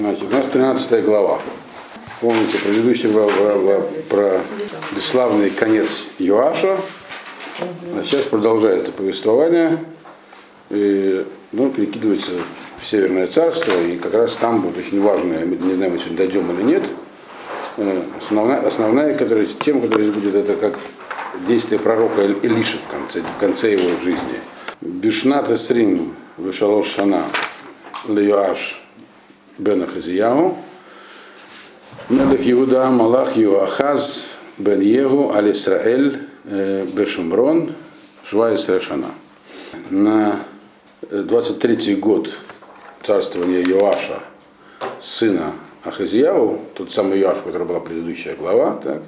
Значит, у нас 13 глава. Помните, предыдущая глава была про бесславный конец Йоаша. А сейчас продолжается повествование. И, перекидывается в Северное царство. И как раз там будет очень важная, не знаю, мы сегодня дойдем или нет. Основная тема, которая здесь будет, это как действие пророка Илиши в конце его жизни. Бишнат эсрим вешалош шана леюаш бен Ахазияу, мелех Иуда малах Йоахаз бен Егу аль Исраэль бешумрон шва шана. На 23-й год царствования Йоаша, сына Ахазияу, тот самый Йоаш, у которого была предыдущая глава, так,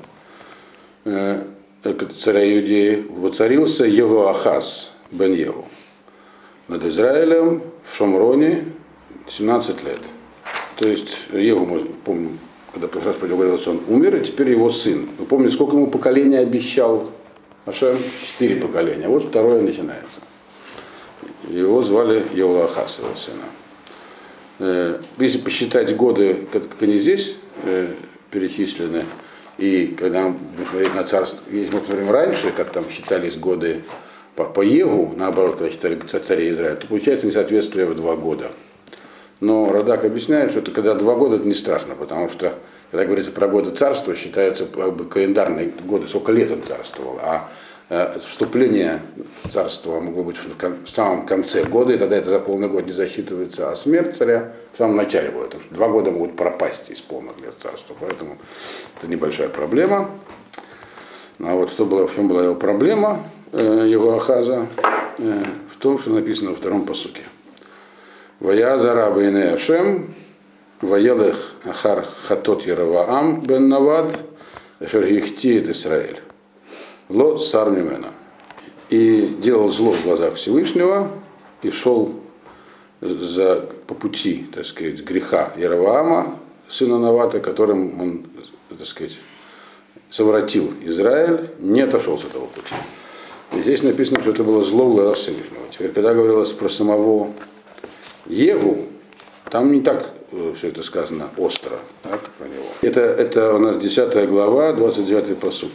царя Иудеи, воцарился Йеhoахаз бен Егу над Израилем в Шомроне 17 лет. То есть Егу, мы помним, когда в раз говорилось, он умер, и теперь его сын. Вы помните, сколько ему поколений обещал Ашем? 4 поколения. Вот второе начинается. Его звали Йеhoахаз, его сына. Если посчитать годы, как они здесь перечислены, и когда мы смотрим на царство, если мы посмотрим раньше, как там считались годы по Егу, наоборот, когда считали царей Израиля, то получается несоответствие в 2 года. Но Радак объясняет, что это когда 2 года, это не страшно, потому что, когда говорится про годы царства, считаются как бы календарные годы, сколько лет он царствовал, а вступление царства могло быть в самом конце года, и тогда это за полный год не засчитывается, а смерть царя в самом начале года. Потому что 2 года могут пропасть из полных лет царства, поэтому это небольшая проблема. А вот в чем была его проблема, его Ахаза, в том, что написано во 2-м пасуке. Вая зараба ине Ашем, ваелех ахар хатот Яроваам бен Навад, эшер гихтиет Исраэль. Ло сар мимена. И делал зло в глазах Всевышнего, и шел по пути, так сказать, греха Яроваама, сына Навата, которым он, так сказать, совратил Израиль, не отошел с этого пути. И здесь написано, что это было зло в глазах Всевышнего. Теперь, когда говорилось про самого Егу, там не так все это сказано остро, так, про него. Это у нас 10 глава, 29 пасук.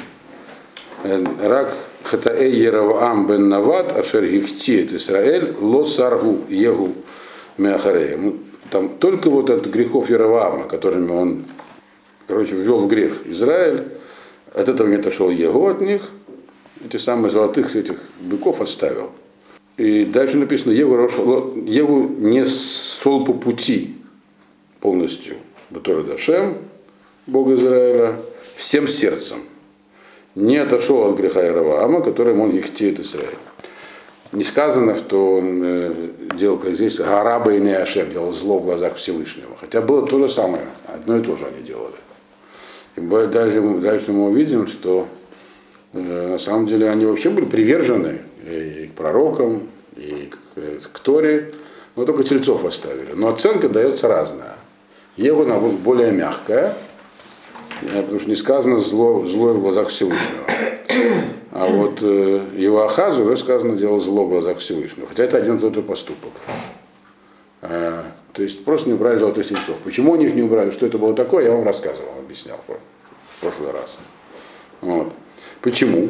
Рак хатаэй Яроваам бен Навад ашер гихтиет Исраэль ло саргу Егу меахарея. Там только вот от грехов Яроваама, которыми он, ввел в грех Израиль, от этого не отошел Егу от них, эти самые золотых этих быков оставил. И дальше написано, Егу не шел по пути полностью Батора Дашем, Бога Израиля, всем сердцем. Не отошел от греха Яроваама, которым он гихтиет Израиль. Не сказано, что он делал, как здесь, Гараба и Неашем, делал зло в глазах Всевышнего. Хотя было то же самое, одно и то же они делали. И дальше мы увидим, что на самом деле они вообще были привержены и к пророкам, и к Торе, но только тельцов оставили. Но оценка дается разная. Егу более мягкая, потому что не сказано зло в глазах Всевышнего. А вот его Ахазу уже сказано делал зло в глазах Всевышнего. Хотя это один и тот же поступок. То есть просто не убрали золотых тельцов. Почему они их не убрали, что это было такое, я вам рассказывал, объяснял в прошлый раз. Вот. Почему?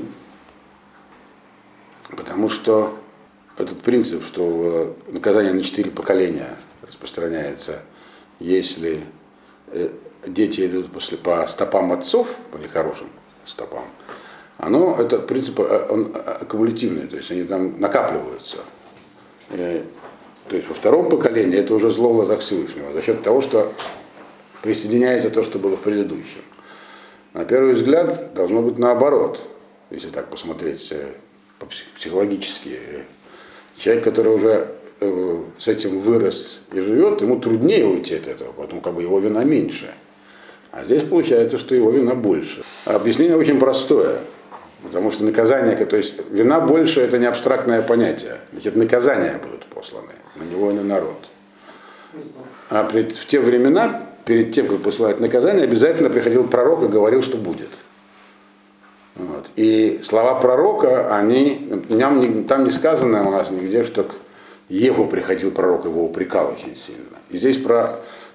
Потому что этот принцип, что наказание на 4 поколения распространяется, если дети идут по стопам отцов, по нехорошим стопам, этот принцип он аккумулятивный, то есть они там накапливаются. То есть во 2-м поколении это уже зло в глазах Всевышнего, за счет того, что присоединяется то, что было в предыдущем. На первый взгляд должно быть наоборот, если так посмотреть психологически. Человек, который уже с этим вырос и живет, ему труднее уйти от этого, поэтому его вина меньше. А здесь получается, что его вина больше. Объяснение очень простое, потому что наказание, то есть вина больше, это не абстрактное понятие. Значит, наказания будут посланы на него и на народ. А в те времена, перед тем, как посылать наказание, обязательно приходил пророк и говорил, что будет. Вот. И слова пророка, там не сказано у нас нигде, что Егу приходил пророк, его упрекал очень сильно. И здесь про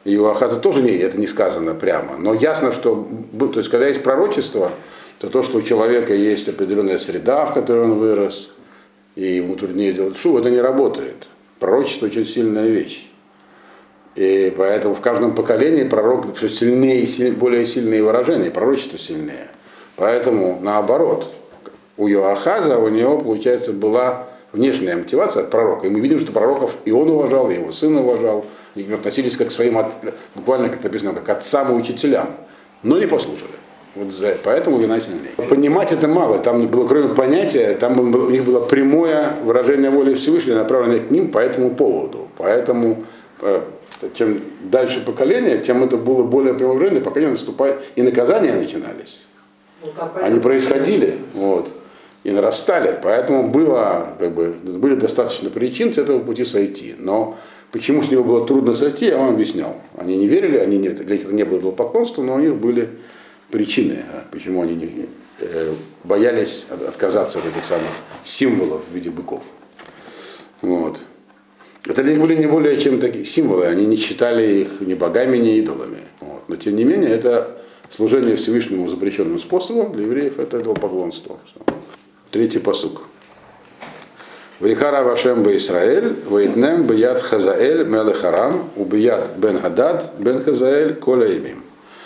и у Ахаза тоже это не сказано прямо. Но ясно, что то есть, когда есть пророчество, то, что у человека есть определенная среда, в которой он вырос, и ему труднее сделать шуву, это не работает. Пророчество очень сильная вещь. И поэтому в каждом поколении пророк все сильнее и более сильные выражения, пророчество сильнее. Поэтому наоборот, у Йоахаза, у него, получается, была внешняя мотивация от пророка. И мы видим, что пророков и он уважал, и его сын уважал. И относились как к своим, буквально как написано, как отцам и учителям. Но не послушали. Вот поэтому вина сильнее. Понимать это мало. Там было, кроме понятия, там у них было прямое выражение воли Всевышнего, направленное к ним по этому поводу. Поэтому чем дальше поколение, тем это было более прямое выражение, пока не наступает. И наказания начинались. Они происходили. Вот. И нарастали. Поэтому были достаточно причин с этого пути сойти. Но почему с него было трудно сойти, я вам объяснял. Они не верили, для них это не было идолопоклонства, но у них были причины, почему они боялись отказаться от этих самых символов в виде быков. Вот. Это для них были не более чем такие символы, они не считали их ни богами, ни идолами. Вот. Но тем не менее, это служение Всевышнему запрещенным способом для евреев это идолопоклонство. Третий пасук. Вейхара Вашем бе Исраэль, Вейтнем бияд Хазаэль мелех Арам, убияд бен Гадад бен Хазаэль коля имим.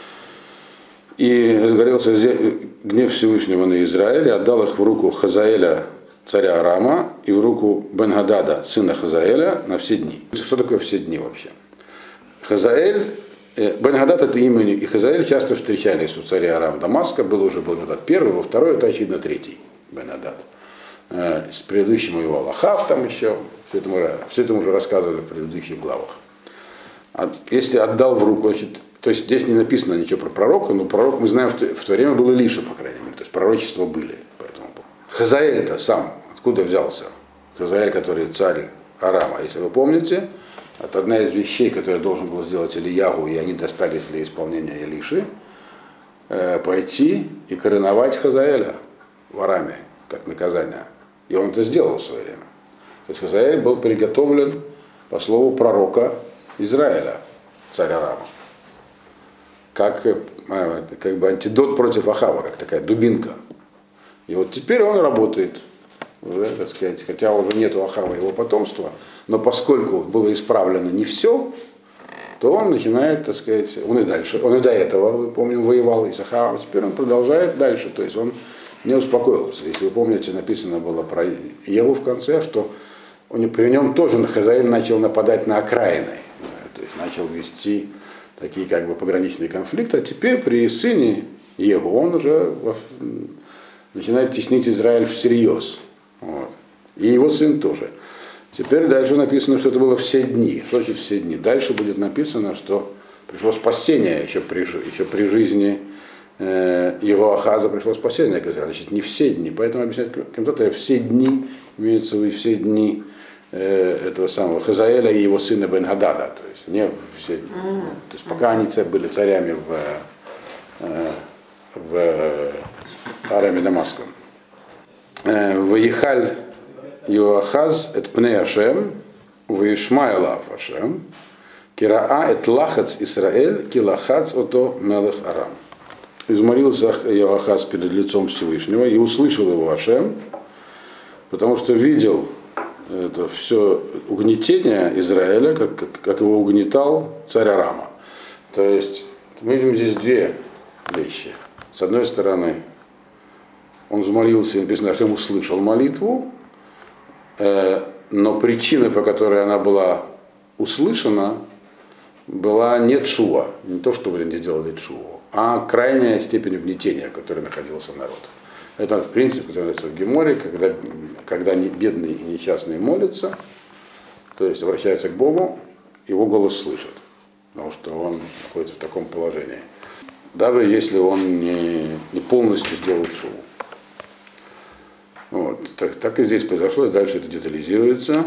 И разгорелся гнев Всевышнего на Израиль, отдал их в руку Хазаэля, царя Арама, и в руку Бен-Гадада, сына Хазаэля, на все дни. Что такое все дни вообще? Хазаэль, Бен-Гадад это имя, и Хазаэль часто встречались у царя Арама Дамаска, был уже Бен-Гадад первый, во второй, это очевидно третий Бен-Гадад. С предыдущим воевал Ахав там еще, все это мы уже рассказывали в предыдущих главах. Если отдал в руку, значит, то есть здесь не написано ничего про пророка, но пророк, мы знаем, в то время был Илиша, по крайней мере, то есть пророчества были. Поэтому. Хазаэль-то сам, откуда взялся? Хазаэль, который царь Арама, если вы помните, это одна из вещей, которую должен был сделать Ильягу, и они достались для исполнения Илиши, пойти и короновать Хазаэля в Араме, как наказание. И он это сделал в свое время. То есть Хазаэль был приготовлен по слову пророка Израиля, царя Арама. Как бы антидот против Ахава, как такая дубинка. И вот теперь он работает, уже, так сказать, хотя уже нет у Ахава его потомства, но поскольку было исправлено не все, то он начинает, так сказать, он и дальше, он и до этого, мы помним, воевал и с Ахавом, теперь он продолжает дальше, то есть он не успокоился. Если вы помните, написано было про Еву в конце, что при нем тоже Хазаэль начал нападать на окраины, то есть начал вести такие как бы пограничные конфликты, а теперь при сыне Егу он уже начинает теснить Израиль всерьез. Вот. И его сын тоже. Теперь дальше написано, что это было все дни. Что значит все дни? Дальше будет написано, что пришло спасение еще при жизни его Ахаза пришло спасение к Израилю. Значит, не все дни. Поэтому объясняет комментаторы, все дни, имеются в виду все дни этого самого Хазаэля и его сына Бен-Гадада, то есть не все, то есть пока они были царями в Араме Дамасском. Ваихаль Йоахаз эт пней Ашем, ваишмайлав Ашем, кираа эт лахац Исраэль, килахац ото мелех Арам. Изморился Йоахаз перед лицом Всевышнего и услышал его Ашем, потому что видел это все угнетение Израиля, как его угнетал царь Арама. То есть мы видим здесь две вещи. С одной стороны, он взмолился, и написано, что он услышал молитву, но причина, по которой она была услышана, была не тшува, не то, что не сделали тшуву, а крайняя степень угнетения, в которой находился народ. Это принцип, который называется в Геморе, когда бедный и несчастный молится, то есть обращается к Богу, его голос слышат, потому что он находится в таком положении. Даже если он не полностью сделал шоу. Вот. Так и здесь произошло, и дальше это детализируется.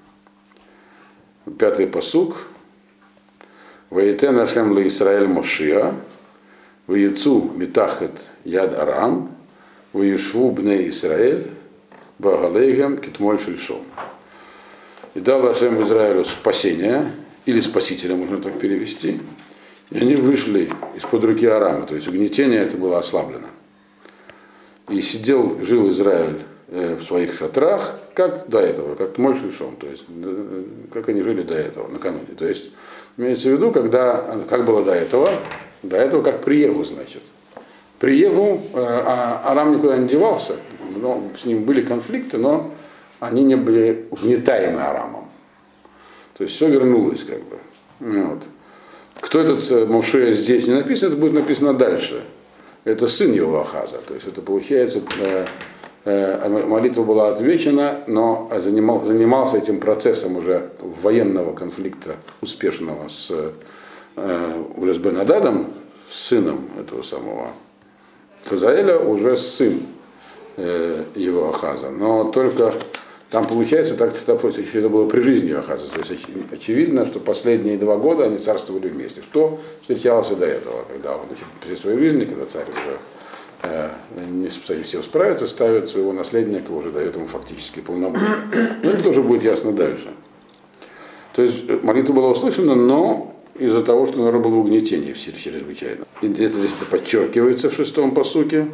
5-й пасук. Ваетен Ашем ле Исраэль Мошия, ваецу митахет яд Арам, ваешву бней Исраэль, багалейгем китмоль шельшом. И дал Ашем Израилю спасение или спасителя, можно так перевести, и они вышли из-под руки Арама, то есть угнетение это было ослаблено. И жил Израиль в своих шатрах, как до этого, как Моль Шишон, то есть как они жили до этого, накануне. То есть имеется в виду, как было до этого как при Еву, значит. При Еву Арам никуда не девался, но с ним были конфликты, но они не были угнетаемы Арамом. То есть все вернулось как бы. Вот. Кто этот Моше здесь не написано, это будет написано дальше. Это сын его Ахаза. То есть это получается, молитва была отвечена, но занимался этим процессом уже военного конфликта успешного с Бен-Ададом, сыном этого самого Хазаэля, уже сын его Ахаза. Но только там получается, это было при жизни Ахаза. То есть очевидно, что последние 2 года они царствовали вместе. Что встречалось и до этого, когда он при своей жизни, когда царь уже не совсем справится, ставит своего наследника, уже дает ему фактически полномочия. Но это тоже будет ясно дальше. То есть молитва была услышана, но из-за того, что народ был в угнетении в силе чрезвычайно. И здесь это подчеркивается в 6-м пасуке.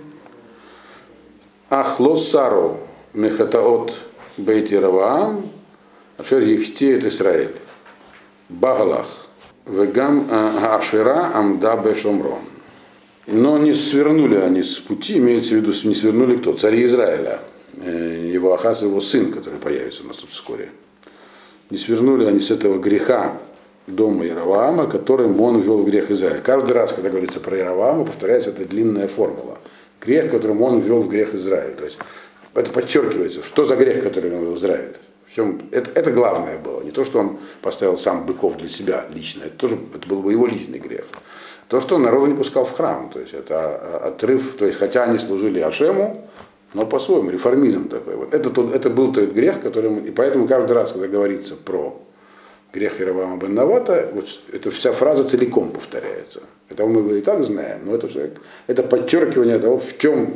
Ахлосару мехатаот Бейт Яроваам, Ашер Ехтеет Исраэль, Багалах, Вегам Ашира Амда Бешомрон. Но не свернули они с пути, имеется в виду, не свернули кто? Цари Израиля, его Ахаз, его сын, который появится у нас тут вскоре. Не свернули они с этого греха дома Яроваама, которым он ввел в грех Израиля. Каждый раз, когда говорится про Яроваама, повторяется эта длинная формула. Грех, которым он ввел в грех Израиля. То есть это подчеркивается, что за грех, который он ввел в Израиль. Это главное было. Не то, что он поставил сам быков для себя лично, это был бы его личный грех. То, что он народу не пускал в храм. То есть это отрыв, то есть хотя они служили Ашему, но по-своему, реформизм такой. Вот. Это был тот грех, который... И поэтому каждый раз, когда говорится про грех Яроваама бен Навата, вот эта вся фраза целиком повторяется. Это мы его и так знаем, но это подчеркивание того, в чем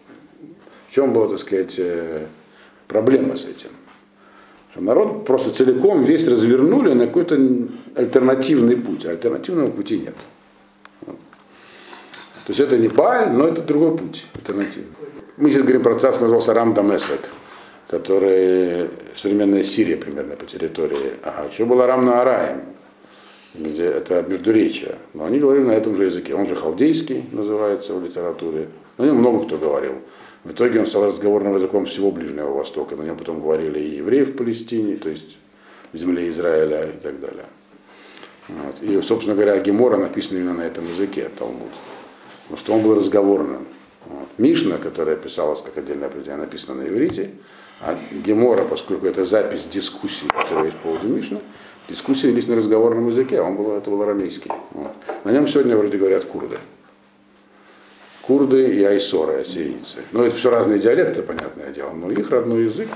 была, так сказать, проблема с этим. Что народ просто целиком весь развернули на какой-то альтернативный путь. Альтернативного пути нет. Вот. То есть это не Бааль, но это другой путь. Альтернативный. Мы сейчас говорим про царство, назывался Арам Дамесек, который современная Сирия примерно по территории. А еще был Арам Наараим, где это Междуречие. Но они говорили на этом же языке. Он же халдейский называется в литературе. На нем много кто говорил. В итоге он стал разговорным языком всего Ближнего Востока. На нем потом говорили и евреи в Палестине, то есть в земле Израиля и так далее. Вот. И, собственно говоря, Гемора написана именно на этом языке, Талмуд. Потому что он был разговорным. Вот. Мишна, которая писалась как отдельное определение, написана на иврите, а Гемора, поскольку это запись дискуссий, которые есть по поводу Мишны, дискуссии велись на разговорном языке, это был арамейский. Вот. На нем сегодня вроде говорят курды. Курды и айсоры, ассирийцы. Но это все разные диалекты, понятное дело, но их родной язык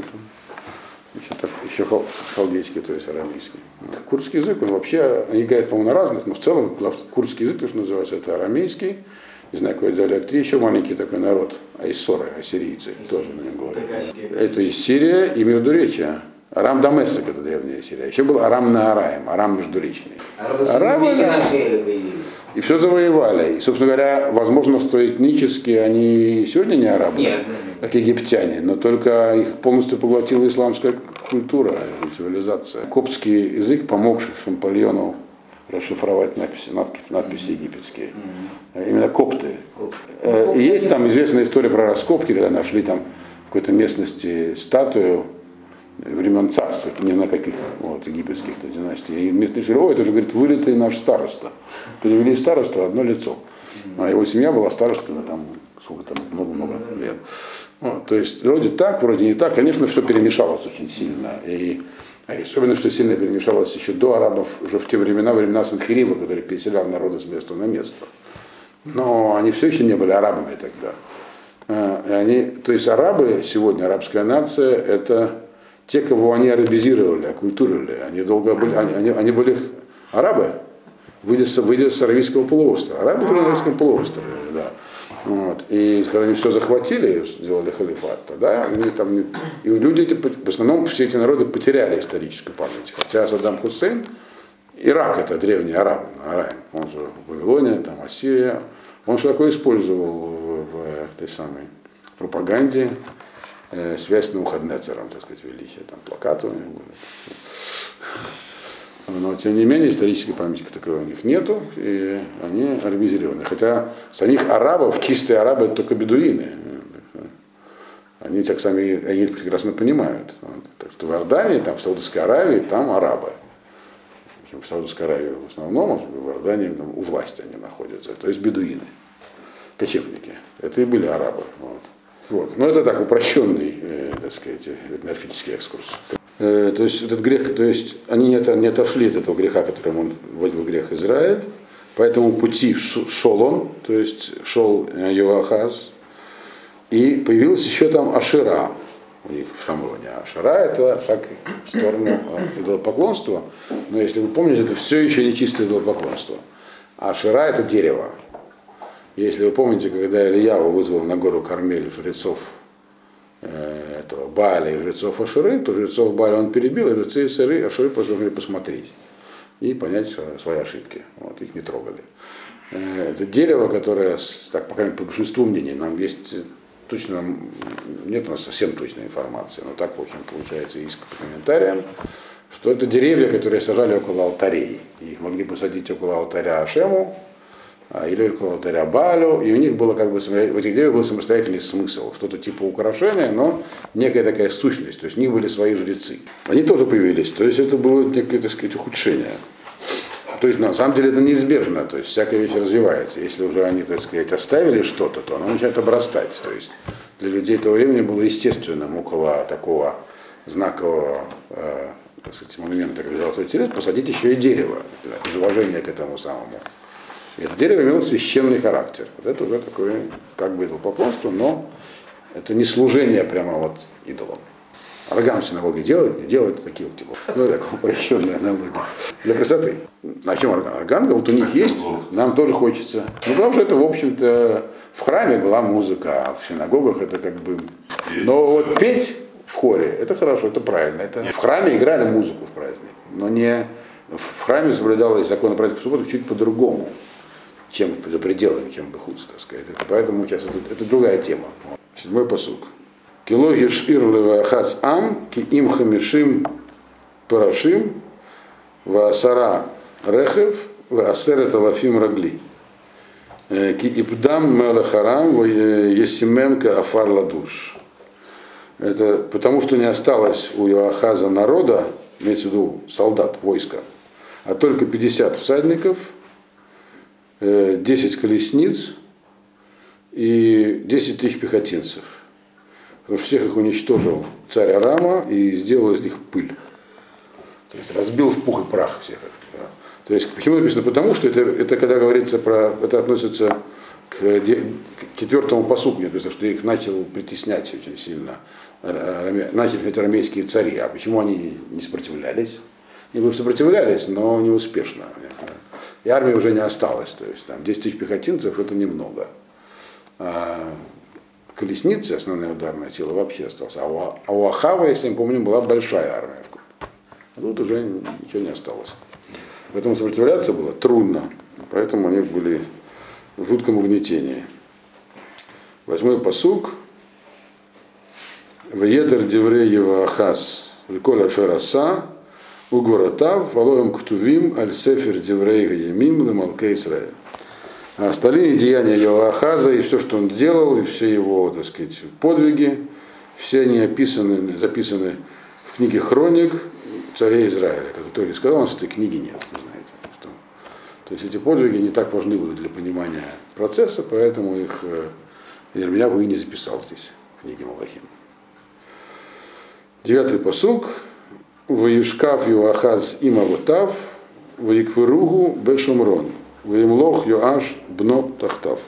еще халдейский, то есть арамейский. Курдский язык, он вообще, они говорят, по-моему, на разных, но в целом курдский язык, то, что называется, это арамейский, не знаю, какой диалект, и еще маленький такой народ, айсоры, ассирийцы, тоже на нем говорят. Это и Сирия, и Междуречие. Арам Дамесек, это древняя Сирия. Еще был Арам Наараим, Арам Междуречный. Арабы, да. И все завоевали. И, собственно говоря, возможно, что этнически они сегодня не арабы, как египтяне, но только их полностью поглотила исламская культура и цивилизация. Коптский язык, помогший Шампальону расшифровать надписи египетские. Именно копты. И есть там известная история про раскопки, когда нашли там в какой-то местности статую времен царства, не на каких египетских династий. И местные сказали, это же, говорит, вылитый наш староста. Перевели старосту одно лицо. А его семья была старостой там, много-много лет. Вот, то есть вроде так, вроде не так. Конечно, все перемешалось очень сильно. И особенно, что сильно перемешалось еще до арабов, уже в те времена Санхирива, который переселял народы с места на место. Но они все еще не были арабами тогда. То есть арабы сегодня, арабская нация, это те, кого они арабизировали, оккультурили. Они были арабы, выйдя с Аравийского полуострова. Арабы жили на Аравийском полуострове, да. Вот. И когда они все захватили, сделали халифат, тогда они там... И люди, в основном, все эти народы потеряли историческую память. Хотя Саддам Хусейн Ирак это древний Арам, он же в Вавилоне, там Ассирия, он широко использовал в этой самой пропаганде связь с Навуходнецером, так сказать, великие, там плакаты у них были. Но, тем не менее, исторической памяти как таковой у них нету, и они арабизированы. Хотя самих арабов, чистые арабы, это только бедуины. Они так сами, они это прекрасно понимают. Вот. Так что в Иордании, там, в Саудовской Аравии, там арабы. В Саудовской Аравии в основном, в Иордании там, у власти они находятся. То есть бедуины, кочевники. Это и были арабы. Вот. Вот. Но это так, упрощенный, так сказать, этнографический экскурс. То есть этот грех, то есть они не отошли от этого греха, которым он вводил грех Израиль, по этому пути шел он, то есть шел Йоахаз, и появилась еще там Ашера у них в Шамроне. Ашера это шаг в сторону идолопоклонства, но если вы помните, это все еще не чистое идолопоклонство. А Ашера это дерево. Если вы помните, когда Ильяу вызвал на гору Кармель жрецов этого Бааля и жрецов Ашеры, то жрецов Бааля он перебил, и жрецы Ашеры просто должны посмотреть и понять свои ошибки. Вот, их не трогали. Это дерево, которое, так, по крайней мере, по большинству мнений, нам есть точно, нет у нас совсем точной информации, но так, в общем, получается из по комментариям, что это деревья, которые сажали около алтарей. Их могли посадить около алтаря Ашему, или около алтаря Баалю, и у них было как бы, в этих деревьях был самостоятельный смысл, что-то типа украшения, но некая такая сущность, то есть у них были свои жрецы. Они тоже появились, то есть это было некое, так сказать, ухудшение. То есть на самом деле это неизбежно, то есть всякая вещь развивается. Если уже они, так сказать, оставили что-то, то оно начинает обрастать. То есть для людей того времени было естественным около такого знакового так сказать, монумента, как Золотой Телец, посадить еще и дерево из уважения к этому самому. И это дерево имело священный характер. Вот это уже такое, как бы идолопоклонство, но это не служение прямо вот идолам. Орган в синагоге делают, не делают, такие вот типа. Ну, так, упрощенная аналогия. Для красоты. А чем орган? Орган, вот у них есть, нам тоже хочется. Ну, потому что это, в общем-то, в храме была музыка, а в синагогах это как бы... Но вот петь в хоре, это хорошо, это правильно. Это... В храме играли музыку в праздник, но не... В храме соблюдалось закон о празднике в субботу чуть по-другому, чем за пределами, чем бехуц, так сказать. Это, поэтому сейчас это другая тема. 7-й пасук. Кило ешир левахас ам, ки им хамишим парашим, ваасара рехев, ваасерет алафим рагли. Ки ипдам мелахарам, есименка афар ладуш. Это потому, что не осталось у Йоахаза народа, имеется в виду солдат, войска, а только 50 всадников, 10 колесниц и 10 тысяч пехотинцев. Потому что всех их уничтожил царь Арама и сделал из них пыль. То есть разбил в пух и прах всех их. Да. То есть почему написано? Потому что это когда говорится про, это относится к 4-му пасуку, написано, что их начал притеснять очень сильно, начали эти арамейские цари. А почему они не сопротивлялись? Они сопротивлялись, но неуспешно. И армии уже не осталось. То есть там 10 тысяч пехотинцев это немного. Колесницы, основная ударная сила, вообще осталась. А у Ахава, если мы помним, была большая армия. А тут уже ничего не осталось. Поэтому сопротивляться было трудно. Поэтому они были в жутком угнетении. 8-й пасук. Ваедер деврей Йоахаз веколя шараса угоратав валоем ктувим аль сефер деврей гаямим лемалке Исраэль. Остальные деяния Йоахаза и все, что он делал, и все его, так сказать, подвиги, все они записаны в книге Хроник царей Израиля. Как итоге сказал, у нас этой книги нет. Знаете, что... То есть эти подвиги не так важны были для понимания процесса, поэтому их Ирмияху и не записал здесь, в книге Малахим. 9-й пасук. Ваишкав Йоахаз имавотав, ваиквиругу бешумрон. Ваимлох Йоаш бно тахтав.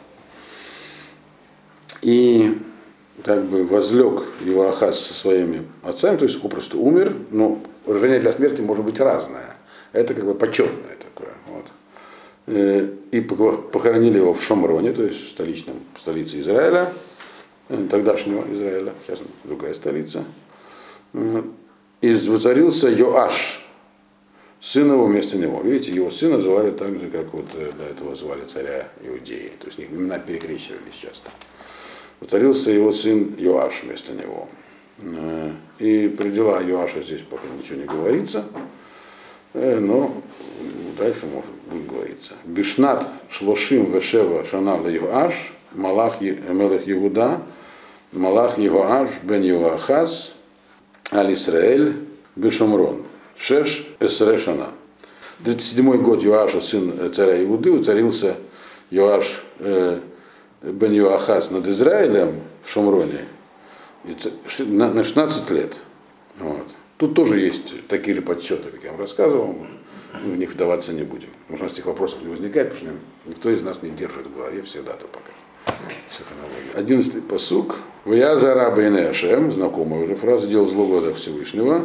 И как бы возлег Йоахаз со своими отцами, то есть попросту умер, но выражение для смерти может быть разное. Это как бы почетное такое. Вот. И похоронили его в Шомроне, то есть в столице Израиля, тогдашнего Израиля, сейчас другая столица. И воцарился Йоаш, сын его вместо него. Видите, его сына звали так же, как вот до этого звали царя Иудеи. То есть их имена перекрещивались часто. Воцарился его сын Йоаш вместо него. И про дела Йоаша здесь пока ничего не говорится, но дальше может будет говориться. Бишнат шлошим вешева шана ла Йоаш, малах мелех Иуда, малах Йоаш бен Йоахаз, аль Исраэль бешомрон. Шеш эсре шана. 37-й год Йоаша, сын царя Иуды, воцарился Йоаш бен Йоахаз над Израилем в Шомроне на 16 лет. Вот. Тут тоже есть такие же подсчеты, как я вам рассказывал. Мы в них вдаваться не будем. Может, у нас этих вопросов не возникает, потому что никто из нас не держит в голове все даты пока. 11-й пасук. Вая раба ине Ашем, знакомая уже фраза, делал зло в глазах Всевышнего.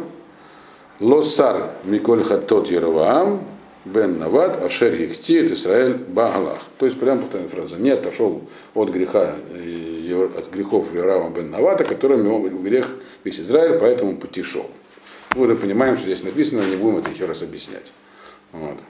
Лосар Миколь Хаттот Яроваам бен Навад Ашер Ехтиет Исраэль Баагалах. То есть прямо повторяю фразу. Не отошел от греха, от грехов Яроваама бен Навада, которыми он грех весь Израиль, поэтому пути шел. Мы уже понимаем, что здесь написано, не будем это еще раз объяснять. Вот.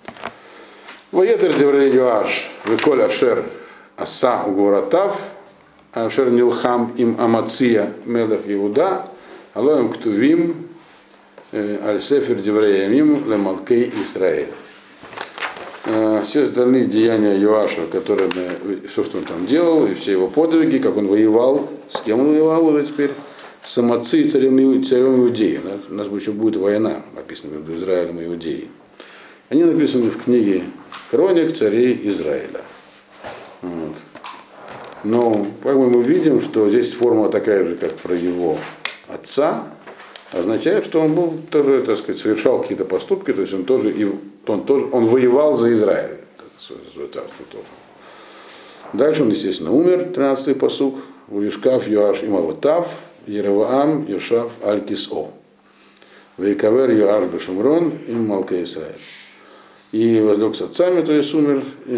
Воедер Деврей Йоаш Виколь Ашер Аса Угоратав Ашер Нилхам им Амация Мелех Иуда Алоем Ктувим Аль-Сефер Девреямим Лемалкей Исраэль. Все остальные деяния Йоаша, которыми, все, что он там делал, и все его подвиги, как он воевал, с кем он воевал уже теперь, с Амацией, царем Иудеи. У нас еще будет война, написана между Израилем и Иудеей. Они написаны в книге Хроник царей Израиля. Вот. Но как мы видим, что здесь формула такая же, как про его отца, означает, что он был тоже, так сказать, совершал какие-то поступки, то есть он воевал за Израиль, свое царство тоже. Дальше он, естественно, умер, 13-й пасук, Уишкав Йоаш Имаватав, Ераваам Йошав Аль-Кисо, Вейкавер Йоаш Бешумрон им Малка Исраэль. И возлег с отцами, то есть умер,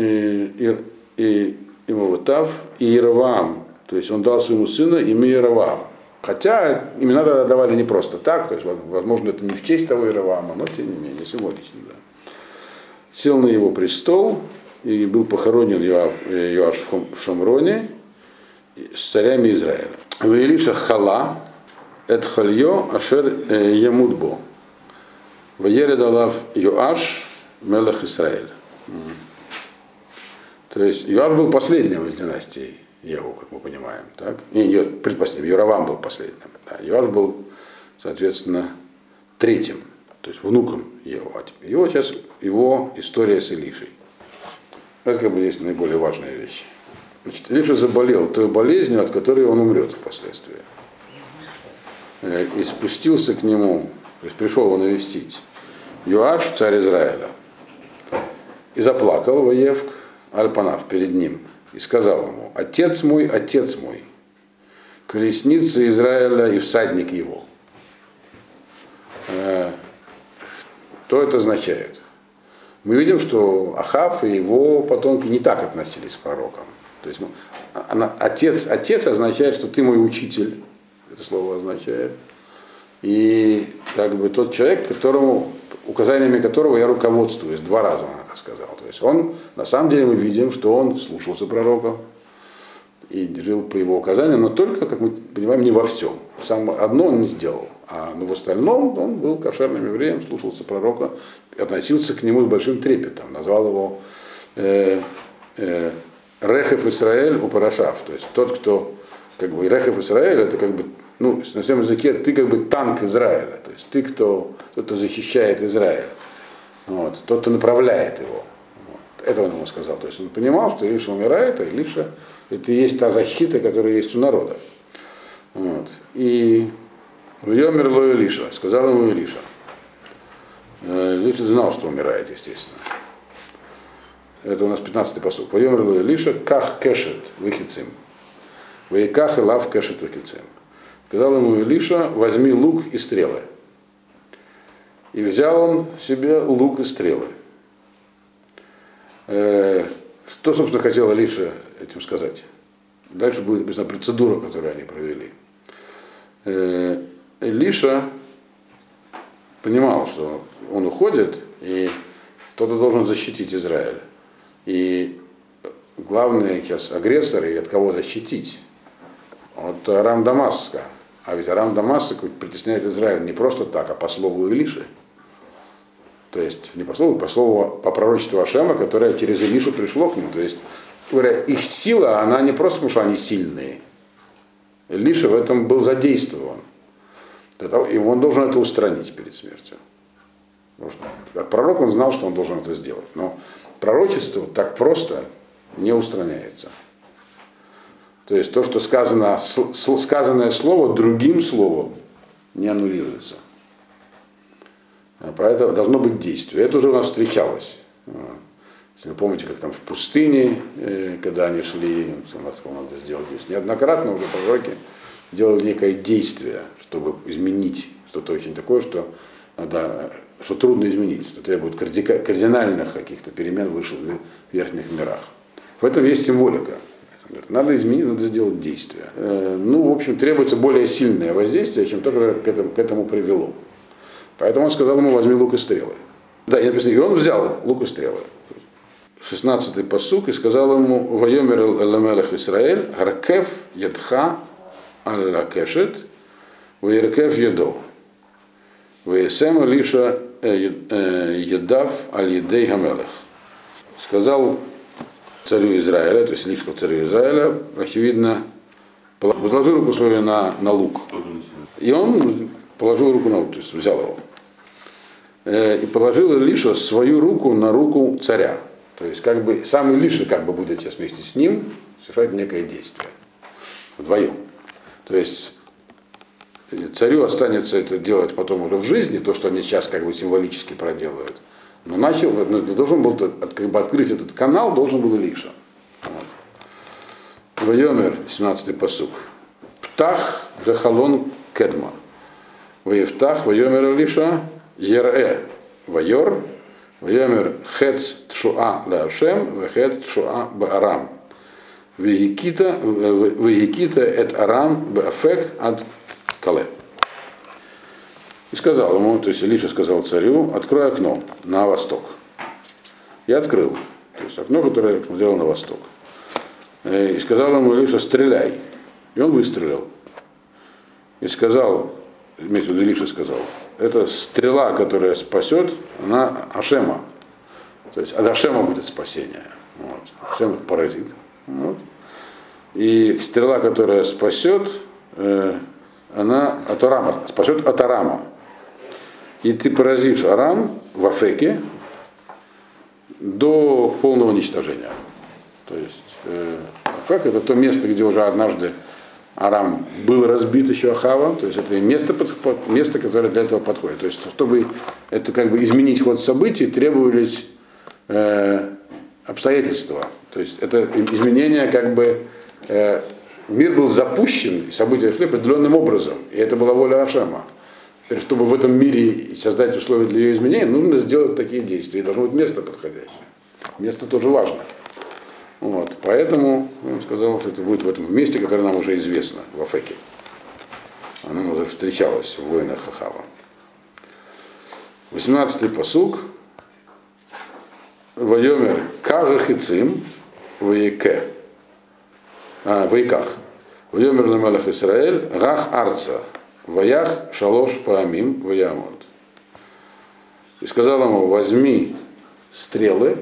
и Имаватав, и Ераваам, то есть он дал своему сыну имя Ераваам. Хотя имена давали не просто так, то есть, возможно, это не в честь того Иераваама, но тем не менее, символично. Да. Сел на его престол и был похоронен Йоаш в Шомроне с царями Израиля. Ваилиша хала эт хальё ашер ямудбо. Ваеред алав Йоаш мелех Исраэль. То есть Йоаш был последним из династии Еву, как мы понимаем, так? Предпоследним, Йоравам был последним. Да. Йоаш был, соответственно, третьим, то есть внуком Еву. Его сейчас его история с Илишей. Это как бы здесь наиболее важная вещь. Значит, Илиша заболел той болезнью, от которой он умрет впоследствии. И спустился к нему, то есть пришел его навестить Йоаш, царь Израиля, и заплакал Ваевк Аль-Панав перед ним. И сказал ему: отец мой, колесница Израиля и всадник его. Что это означает? Мы видим, что Ахав и его потомки не так относились к пророкам. То есть отец означает, что ты мой учитель, это слово означает. И как бы тот человек, указаниями которого я руководствуюсь, 2 раза он это сказал. То есть он, на самом деле мы видим, что он слушался пророков и жил по его указаниям, но только, как мы понимаем, не во всем. Одно он не сделал, но в остальном он был кошерным евреем, слушался пророка, относился к нему с большим трепетом, назвал его Рехев Исраэль Упарашав, то есть тот, кто, как бы, Рехев Исраэль, это как бы, на всем языке ты как бы танк Израиля, то есть ты, тот, кто защищает Израиль, вот, тот, кто направляет его. Вот. Это он ему сказал. То есть он понимал, что Илиша умирает, а Илиша это и есть та защита, которая есть у народа. Вот. И «Вьомер ло Илиша», сказал ему Илиша. Илиша знал, что умирает, естественно. Это у нас 15-й пасук. «Вьомер ло Илиша, ках кешет выхицим, вейках и лав кешет выхицим». Сказал ему Илиша: возьми лук и стрелы. И взял он себе лук и стрелы. Что, собственно, хотел Илиша этим сказать? Дальше будет написана процедура, которую они провели. Илиша понимал, что он уходит, И кто-то должен защитить Израиль. И главные сейчас агрессоры, и от кого защитить? От Арам Дамаска. А ведь Арам Дамаск притесняет Израиль не просто так, а по слову Илиши. То есть не по слову, по пророчеству Ашема, которое через Илишу пришло к ним. То есть, говоря, их сила, она не просто потому, что они сильные. Илиша в этом был задействован. И он должен это устранить перед смертью. Потому что, как пророк он знал, что он должен это сделать. Но пророчество так просто не устраняется. То есть то, что сказано, сказанное слово другим словом не аннулируется. Поэтому должно быть действие. Это уже у нас встречалось. Если вы помните, как там в пустыне, когда они шли, надо сделать действие. Неоднократно уже пророки делали некое действие, чтобы изменить что-то очень такое, что трудно изменить, что требует кардинальных каких-то перемен выше в верхних мирах. В этом есть символика. Надо изменить, надо сделать действие. В общем, требуется более сильное воздействие, чем то, которое к этому привело. Поэтому он сказал ему: возьми лук и стрелы. Да, и написано, и он взял лук и стрелы. 16-й пасук, и сказал ему: Вайомер элемелех Исраэль, гаркев ядха аль-кешет, вайркев едо. Ваесем Илиша едав аль-едей гамелех. Сказал царю Израиля, то есть Илиша царю Израиля, очевидно, возложи руку свою на лук. И он положил руку на лук, то есть взял его. И положил Илиша свою руку на руку царя. То есть как бы сам Илиша будет сейчас вместе с ним совершать некое действие. Вдвоем. То есть царю останется это делать потом уже в жизни, то, что они сейчас символически проделают. Но должен был открыть этот канал, должен был Илиша. Вайомер, 17-й пасук. Птах гахалон кедма. Ваевтах, вайомер Илиша, ерэ, вайор, вайомер хец тшуа лаашем, вехец тшуа баарам. Вегикита эт арам баафек ад кале. И сказал ему, то есть Илиша сказал царю: открой окно на восток. И открыл. То есть окно, которое смотрело на восток. И сказал ему Илиша: стреляй. И он выстрелил. И сказал, имеется в виду Илиша сказал, это стрела, которая спасет, она Ашема. То есть от Ашема будет спасение. Вот. Ашем их поразит. Вот. И стрела, которая спасет, она от Арама, спасет от Арама. И ты поразишь Арам в Афеке до полного уничтожения. То есть Афек — это то место, где уже однажды Арам был разбит еще Ахавом, то есть это место, которое для этого подходит. То есть чтобы это изменить ход событий, требовались обстоятельства. То есть это изменение мир был запущен, события шли определенным образом, и это была воля Ашема. Теперь, чтобы в этом мире создать условия для ее изменения, нужно сделать такие действия, и должно быть место подходящее. Место тоже важно. Вот. Поэтому он сказал, что это будет в этом месте, которое нам уже известно, в Афеке. Оно уже встречалось в войнах Ахава. 18-й пасук. Вайомер кагахицим ваеке. Вайках. Вайомер лемелех Исраэль гах арца. Ваях шалош паамим ваямонт. И сказал ему: возьми стрелы.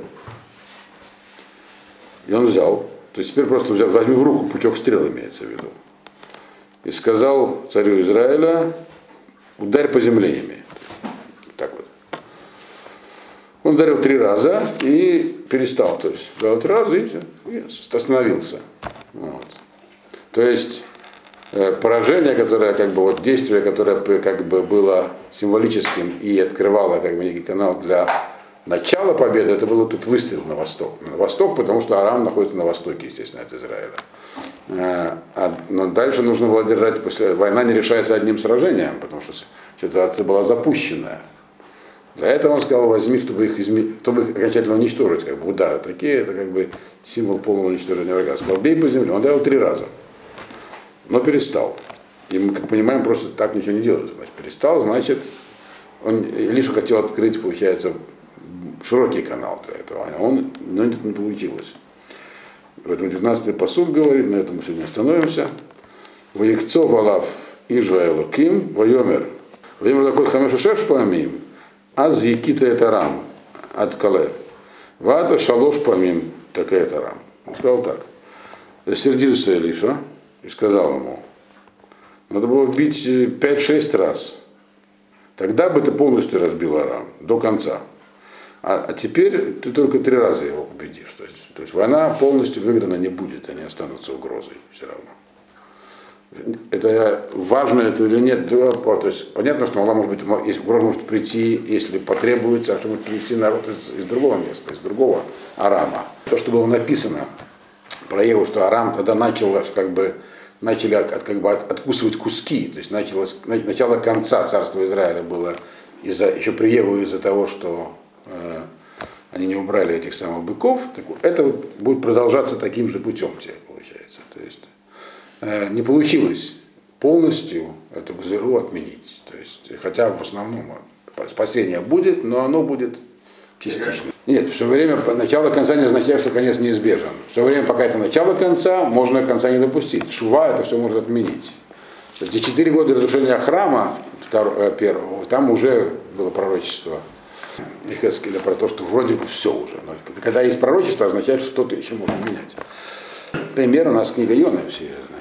И он взял. То есть теперь просто возьми в руку пучок стрел, имеется в виду. И сказал царю Израиля: ударь по земле ими. Так вот. Он ударил 3 раза и перестал. То есть ударил 3 раза и остановился. Вот. То есть поражение, которое действие, которое было символическим и открывало некий канал для начала победы, это был этот выстрел на восток. На восток, потому что Арам находится на востоке, естественно, от Израиля. Но дальше нужно было держать, война не решается одним сражением, потому что ситуация была запущенная. Для этого он сказал: возьми, чтобы их окончательно уничтожить, удары такие, это символ полного уничтожения врага. Сказал: бей по земле. Он ударил 3 раза, но перестал. И мы, как понимаем, просто так ничего не делается. Значит, перестал, значит, Илиша хотел открыть, получается, широкий канал для этого. Но не получилось. Поэтому 19-й пасук говорит, на этом мы сегодня остановимся. Ваикцо валав Ижуэлу Ким, Вайомер. Вайомер такой хамешу шеш памим, аз якита это рам от кале. Вата шалош памим, такая это рам. Он сказал так. Рассердился Илиша и сказал ему, надо было бить 5-6 раз. Тогда бы ты полностью разбил Арам, до конца. А теперь ты только 3 раза его победишь. То есть война полностью выиграна не будет, они останутся угрозой все равно. Это важно это или нет? То есть понятно, что угроза может прийти, если потребуется, чтобы привести народ из другого места, из другого Арама. То, что было написано про Еву, что Арам тогда начали откусывать куски, то есть начало конца царства Израиля было еще при Еву из-за того, что они не убрали этих самых быков, так это будет продолжаться таким же путем, получается. То есть не получилось полностью эту гзыру отменить. То есть, хотя в основном спасение будет, но оно будет частично. Нет, все время начало конца не означает, что конец неизбежен. Все время, пока это начало конца, можно конца не допустить. Шува это все может отменить. За 4 года разрушения храма первого, там уже было пророчество Ихескеля про то, что вроде бы все уже. Но когда есть пророчество, означает, что что-то еще можно менять. Пример у нас книга Йоны все